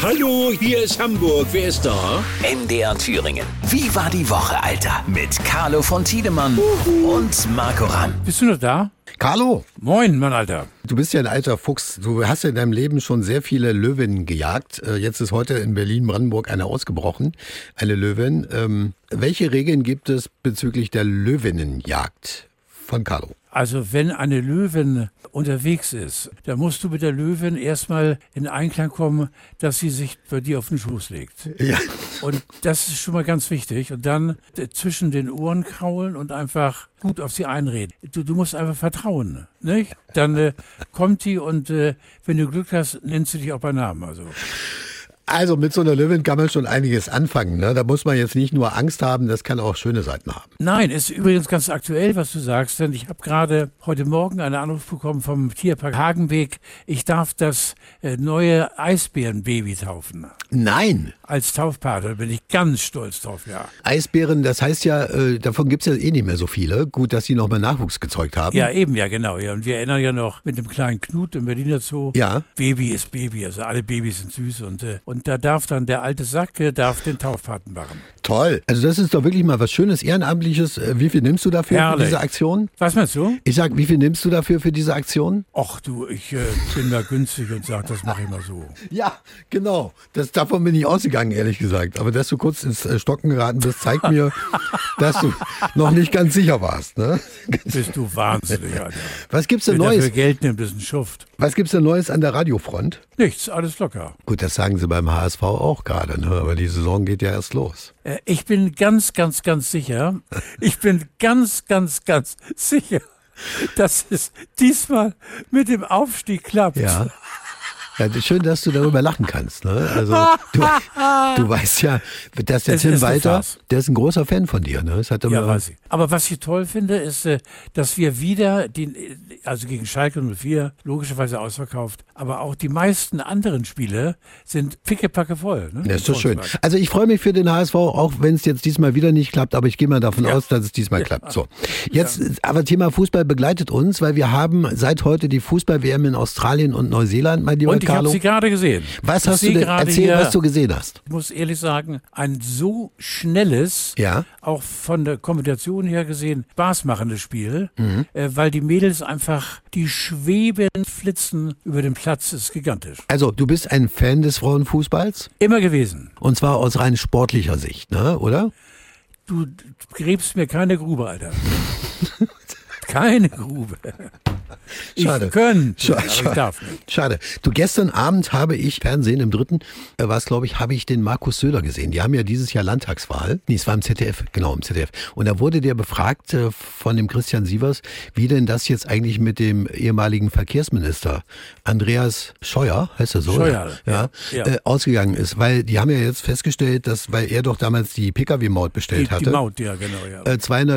Hallo, hier ist Hamburg. Wer ist da? MDR Thüringen. Wie war die Woche, Alter? Mit Carlo von Tiedemann und Marco Ramm. Bist du noch da? Carlo, Moin, Mann, Alter. du bist ja ein alter Fuchs. Du hast ja in deinem Leben schon sehr viele Löwinnen gejagt. Jetzt ist heute in Berlin-Brandenburg eine ausgebrochen, eine Löwin. Welche Regeln gibt es bezüglich der Löwinnenjagd von Carlo? Also wenn eine Löwin unterwegs ist, dann musst du mit der Löwin erstmal in Einklang kommen, dass sie sich bei dir auf den Schoß legt. Ja. Und das ist schon mal ganz wichtig. Und dann zwischen den Ohren kraulen und einfach gut auf sie einreden. Du musst einfach vertrauen, nicht? Dann kommt die und wenn du Glück hast, nennt sie dich auch bei Namen. Also mit so einer Löwin kann man schon einiges anfangen. Ne? Da muss man jetzt nicht nur Angst haben, das kann auch schöne Seiten haben. Nein, ist übrigens ganz aktuell, was du sagst, denn ich habe gerade heute Morgen einen Anruf bekommen vom Tierpark Hagenbeek. Ich darf das neue Eisbärenbaby taufen. Nein, Als Taufpater bin ich ganz stolz drauf, ja. Eisbären, das heißt ja, davon gibt es ja eh nicht mehr so viele. Gut, dass sie noch mal Nachwuchs gezeugt haben. Ja, eben, ja, genau. Ja. Und wir erinnern ja noch mit dem kleinen Knut im Berliner Zoo. Ja. Baby ist Baby, also alle Babys sind süß. Und da darf dann der alte Sack darf den Taufpaten machen. Toll. Also das ist doch wirklich mal was Schönes, Ehrenamtliches. Wie viel nimmst du dafür für Herrlich. diese Aktion? Was meinst du? Ich sag, wie viel nimmst du dafür für diese Aktion? Ach du, ich bin da günstig und sag, das mache ich mal so. Ja, genau. Davon bin ich ausgegangen, ehrlich gesagt. Aber dass du kurz ins Stocken geraten bist, zeigt mir, dass du noch nicht ganz sicher warst. Ne? Bist du wahnsinnig, Alter. Was gibt's denn Wer dafür Neues? Geld nimmt, ist ein Schuft. Was gibt's denn Neues an der Radiofront? Nichts, alles locker. Gut, das sagen sie beim HSV auch gerade, ne? Aber die Saison geht ja erst los. Ich bin ganz, ganz, ganz sicher, dass es diesmal mit dem Aufstieg klappt. Ja. Ja, schön, dass du darüber lachen kannst. Ne? Also du weißt ja, dass der Es Tim ist eine Walter, Farce. der ist ein großer Fan von dir. Ne? Das hat er Ja, mir- weiß ich. Aber was ich toll finde, ist, dass wir wieder, also gegen Schalke 04, logischerweise ausverkauft, aber auch die meisten anderen Spiele sind pickepacke voll. Ne? Ja, ist doch schön. Also ich freue mich für den HSV, auch wenn es jetzt diesmal wieder nicht klappt, aber ich gehe mal davon aus, dass es diesmal klappt. So, jetzt aber Thema Fußball begleitet uns, weil wir haben seit heute die Fußball-WM in Australien und Neuseeland, mein lieber Und ich habe Carlo. sie gerade gesehen. Was Ich hast du sehe denn? gerade Erzähl, hier, was du gesehen hast. Ich muss ehrlich sagen, ein so schnelles, Ja. auch von der Kombination her gesehen, spaßmachendes Spiel, weil die Mädels einfach, die schweben, flitzen über den Platz, ist gigantisch. Also du bist ein Fan des Frauenfußballs Immer gewesen. und zwar aus rein sportlicher Sicht, ne? Oder? Du gräbst mir keine Grube, Alter. Keine Grube. Schade. Ich könnte, Schade, aber ich schade. darf nicht. Schade. Du, gestern Abend habe ich, Fernsehen im Dritten, habe ich den Markus Söder gesehen. Die haben ja dieses Jahr Landtagswahl. Nee, es war im ZDF, genau, im ZDF. Und da wurde der befragt von dem Christian Sievers, wie denn das jetzt eigentlich mit dem ehemaligen Verkehrsminister Andreas Scheuer, heißt er so? Scheuer, Ja, ja. ausgegangen ist. Weil die haben ja jetzt festgestellt, dass, weil er doch damals die Pkw-Maut bestellt hatte. Die Maut, ja, genau, ja.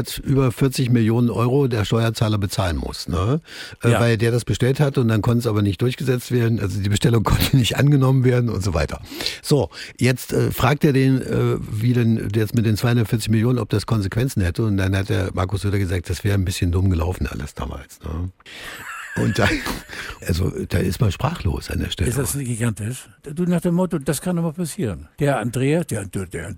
240 Millionen Euro der Steuerzahler bezahlen muss, ne? Ja. Weil der das bestellt hat und dann konnte es aber nicht durchgesetzt werden, also die Bestellung konnte nicht angenommen werden und so weiter. So, jetzt fragt er den, wie denn jetzt mit den 240 Millionen, ob das Konsequenzen hätte, und dann hat der Markus Söder gesagt, das wäre ein bisschen dumm gelaufen alles damals, ne? Und da, also da ist man sprachlos an der Stelle. Ist das nicht gigantisch? Du nach dem Motto, das kann doch mal passieren. Der Andreas, der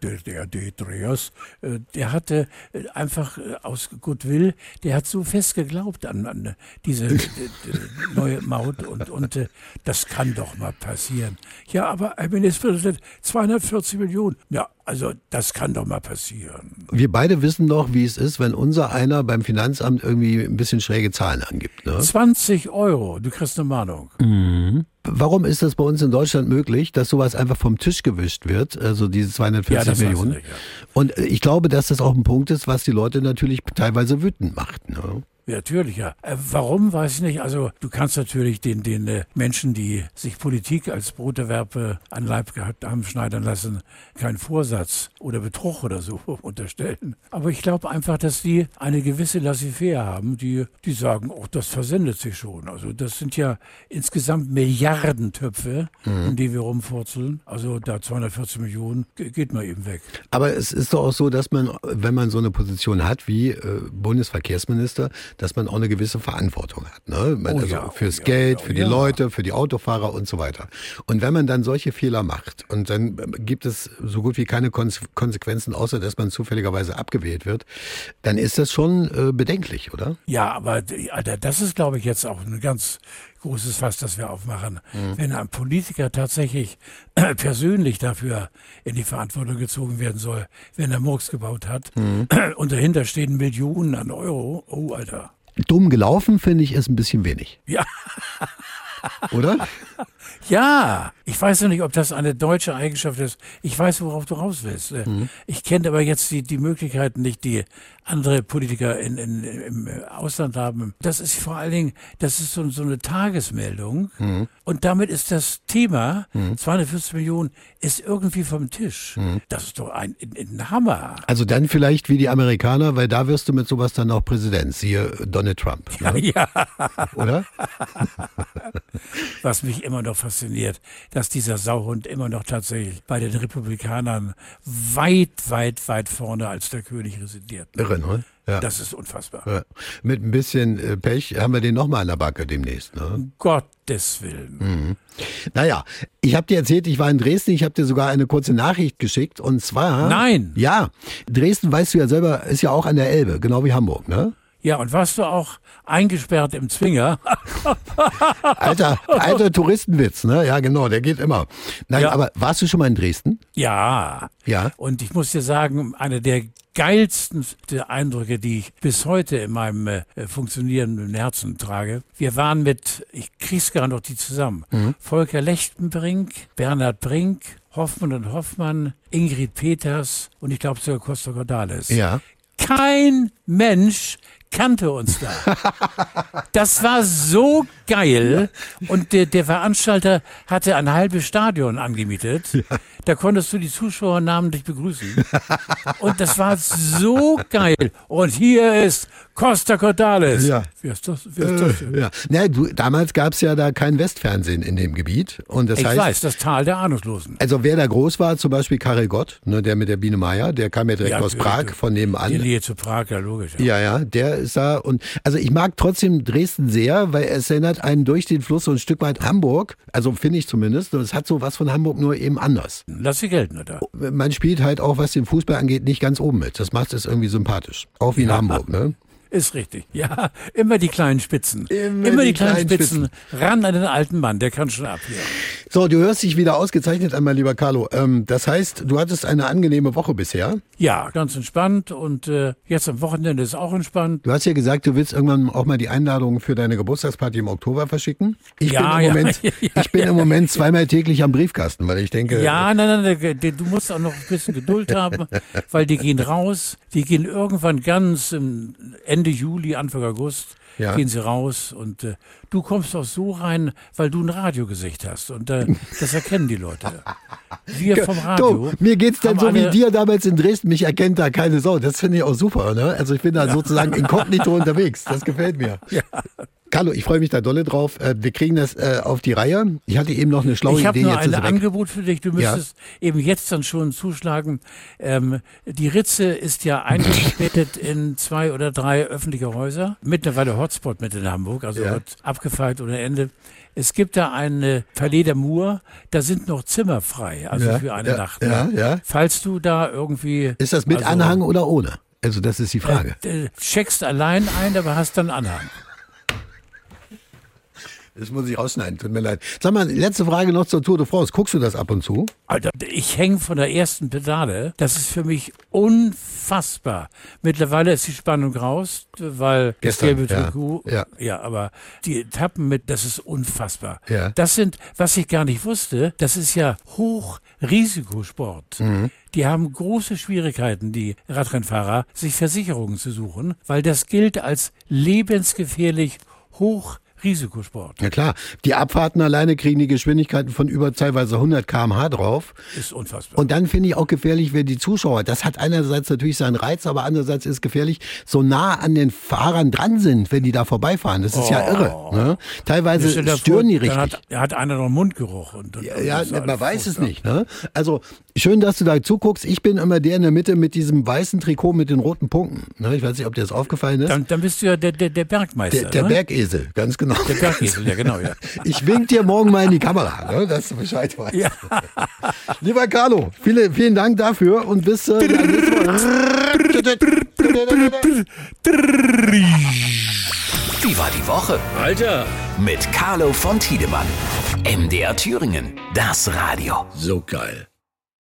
Andreas, der hatte einfach aus Goodwill, der hat so fest geglaubt an diese neue Maut und das kann doch mal passieren. Ja, aber Herr Ministerpräsident, 240 Millionen. Ja, also das kann doch mal passieren. Wir beide wissen doch, wie es ist, wenn unser einer beim Finanzamt irgendwie ein bisschen schräge Zahlen angibt, ne? 20 Euro, du kriegst eine Mahnung. Warum ist das bei uns in Deutschland möglich, dass sowas einfach vom Tisch gewischt wird, also diese 240 das Millionen? hast du nicht, ja. Und ich glaube, dass das auch ein Punkt ist, was die Leute natürlich teilweise wütend macht. Ne? Ja, natürlich, ja. Warum, weiß ich nicht. Also du kannst natürlich den Menschen, die sich Politik als Broterwerb an Leib gehabt haben schneidern lassen, keinen Vorsatz oder Betrug oder so unterstellen. Aber ich glaube einfach, dass die eine gewisse Laissez-faire haben, die sagen, oh, das versendet sich schon. Also das sind ja insgesamt Milliardentöpfe, in die wir rumfurzeln. Also da 240 Millionen geht mal eben weg. Aber es ist doch auch so, dass man, wenn man so eine Position hat wie Bundesverkehrsminister, dass man auch eine gewisse Verantwortung hat. Ne? Fürs Geld, für die Leute, für die Autofahrer und so weiter. Und wenn man dann solche Fehler macht und dann gibt es so gut wie keine Konsequenzen, außer dass man zufälligerweise abgewählt wird, dann ist das schon bedenklich, oder? Ja, aber Alter, das ist, glaube ich, jetzt auch ein ganz großes Fass, das wir aufmachen. Wenn ein Politiker tatsächlich persönlich dafür in die Verantwortung gezogen werden soll, wenn er Murks gebaut hat und dahinter stehen Millionen an Euro, oh Alter. Dumm gelaufen, finde ich, ist ein bisschen wenig. Ja. Oder? Ja, ich weiß ja nicht, ob das eine deutsche Eigenschaft ist. Ich weiß, worauf du raus willst. Ich kenne aber jetzt die Möglichkeiten nicht, die andere Politiker im Ausland haben. Das ist vor allen Dingen, das ist so eine Tagesmeldung. Und damit ist das Thema, 240 Millionen, ist irgendwie vom Tisch. Das ist doch ein Hammer. Also dann vielleicht wie die Amerikaner, weil da wirst du mit sowas dann auch Präsident. Siehe Donald Trump. Ne? Ja. Oder? Was mich immer noch fasziniert, dass dieser Sauhund immer noch tatsächlich bei den Republikanern weit vorne als der König residiert. Irre, ne? Ja. Das ist unfassbar. Ja. Mit ein bisschen Pech haben wir den nochmal an der Backe demnächst. Ne? Um Gottes Willen. Naja, ich habe dir erzählt, ich war in Dresden, ich habe dir sogar eine kurze Nachricht geschickt und zwar... Nein! Ja, Dresden, weißt du ja selber, ist ja auch an der Elbe, genau wie Hamburg, ne? Ja, und warst du auch eingesperrt im Zwinger? Alter Touristenwitz, ne? Ja, genau, der geht immer. Nein, Ja. aber warst du schon mal in Dresden? Ja. Ja. Und ich muss dir sagen, einer der geilsten Eindrücke, die ich bis heute in meinem funktionierenden Herzen trage. Wir waren ich krieg's gar noch die zusammen. Volker Lechtenbrink, Bernhard Brink, Hoffmann und Hoffmann, Ingrid Peters und ich glaube sogar Costa Cordalis. Ja. Kein Mensch kannte uns da. Das war so geil. Und der Veranstalter hatte ein halbes Stadion angemietet. Ja. Da konntest du die Zuschauer namentlich begrüßen. Und das war so geil. Und hier ist Costa Cordalis. Ja. Wie ist das denn? Ja. Na, damals gab es ja da kein Westfernsehen in dem Gebiet. Und das Ich heißt, weiß, das Tal der Ahnungslosen. also wer da groß war, zum Beispiel Karel Gott, ne, der mit der Biene Meier, der kam ja direkt Ja, aus Prag von nebenan. Die Nähe zu Prag, ja logisch. Ja, der ist da. Und also ich mag trotzdem Dresden sehr, weil es erinnert einen durch den Fluss so ein Stück weit Hamburg. Also finde ich zumindest. Und es hat so was von Hamburg, nur eben anders. Lass sie gelten, oder? Man spielt halt auch, was den Fußball angeht, nicht ganz oben mit. Das macht es irgendwie sympathisch. Auch wie in Hamburg, ne? Ist richtig. Ja, immer die kleinen Spitzen. Immer die kleinen Spitzen. Ran an den alten Mann, der kann schon ab hier. So, du hörst dich wieder ausgezeichnet an, mein lieber Carlo. Das heißt, du hattest eine angenehme Woche bisher. Ja, ganz entspannt und jetzt am Wochenende ist auch entspannt. Du hast ja gesagt, du willst irgendwann auch mal die Einladung für deine Geburtstagsparty im Oktober verschicken. Ich bin im Moment zweimal täglich am Briefkasten, weil ich denke... Ja, nein, du musst auch noch ein bisschen Geduld haben, weil die gehen raus. Die gehen irgendwann ganz Ende Juli, Anfang August. Ja. Gehen sie raus und du kommst auch so rein, weil du ein Radiogesicht hast und das erkennen die Leute. Wir vom Radio. Du, mir geht's dann so wie alle- dir damals in Dresden, mich erkennt da keine Sau. Das finde ich auch super, ne? Also ich bin da sozusagen inkognito unterwegs. Das gefällt mir. Ja. Carlo, ich freue mich da dolle drauf. Wir kriegen das auf die Reihe. Ich hatte eben noch eine schlaue Ich habe Idee. nur Jetzt ein ist sie weg. Angebot für dich. Du müsstest eben jetzt dann schon zuschlagen. Die Ritze ist ja eingebettet in 2 oder 3 öffentliche Häuser. Mittlerweile Hotspot mit in Hamburg, also wird abgefeiert ohne Ende. Es gibt da ein Palais d'Amour, da sind noch Zimmer frei, also für eine Nacht. Ja. Falls du da irgendwie... Ist das mit Anhang oder ohne? Also das ist die Frage. Checkst allein ein, aber hast dann Anhang. Das muss ich rausschneiden, tut mir leid. Sag mal, letzte Frage noch zur Tour de France. Guckst du das ab und zu? Alter, ich hänge von der ersten Pedale. Das ist für mich unfassbar. Mittlerweile ist die Spannung raus, weil Gestern, das gelbe Trikot. ja. Ja, aber die Etappen das ist unfassbar. Ja. Das sind, was ich gar nicht wusste, das ist ja Hochrisikosport. Die haben große Schwierigkeiten, die Radrennfahrer, sich Versicherungen zu suchen, weil das gilt als lebensgefährlich Hochrisikosport. Ja klar, die Abfahrten alleine kriegen die Geschwindigkeiten von über teilweise 100 km/h drauf. Ist unfassbar. Und dann finde ich auch gefährlich, wenn die Zuschauer, das hat einerseits natürlich seinen Reiz, aber andererseits ist es gefährlich, so nah an den Fahrern dran sind, wenn die da vorbeifahren. Das ist ja irre. Ne? Teilweise Stell dir stören die vor, richtig. Da hat einer noch Mundgeruch. Und Ja, das ist man weiß es furchtbar. nicht. Ne? Also schön, dass du da zuguckst. Ich bin immer der in der Mitte mit diesem weißen Trikot mit den roten Punkten. Ne, ich weiß nicht, ob dir das aufgefallen ist. Dann bist du ja der Bergmeister. Der ne? Bergesel, ganz genau. Der Bergesel, ja genau. Ja. Ich wink dir morgen mal in die Kamera, ne, dass du Bescheid weißt. Ja. Lieber Carlo, vielen Dank dafür und bis nächste Woche. Wie war die Woche? Alter, Mit Carlo von Tiedemann. MDR Thüringen, das Radio. so geil.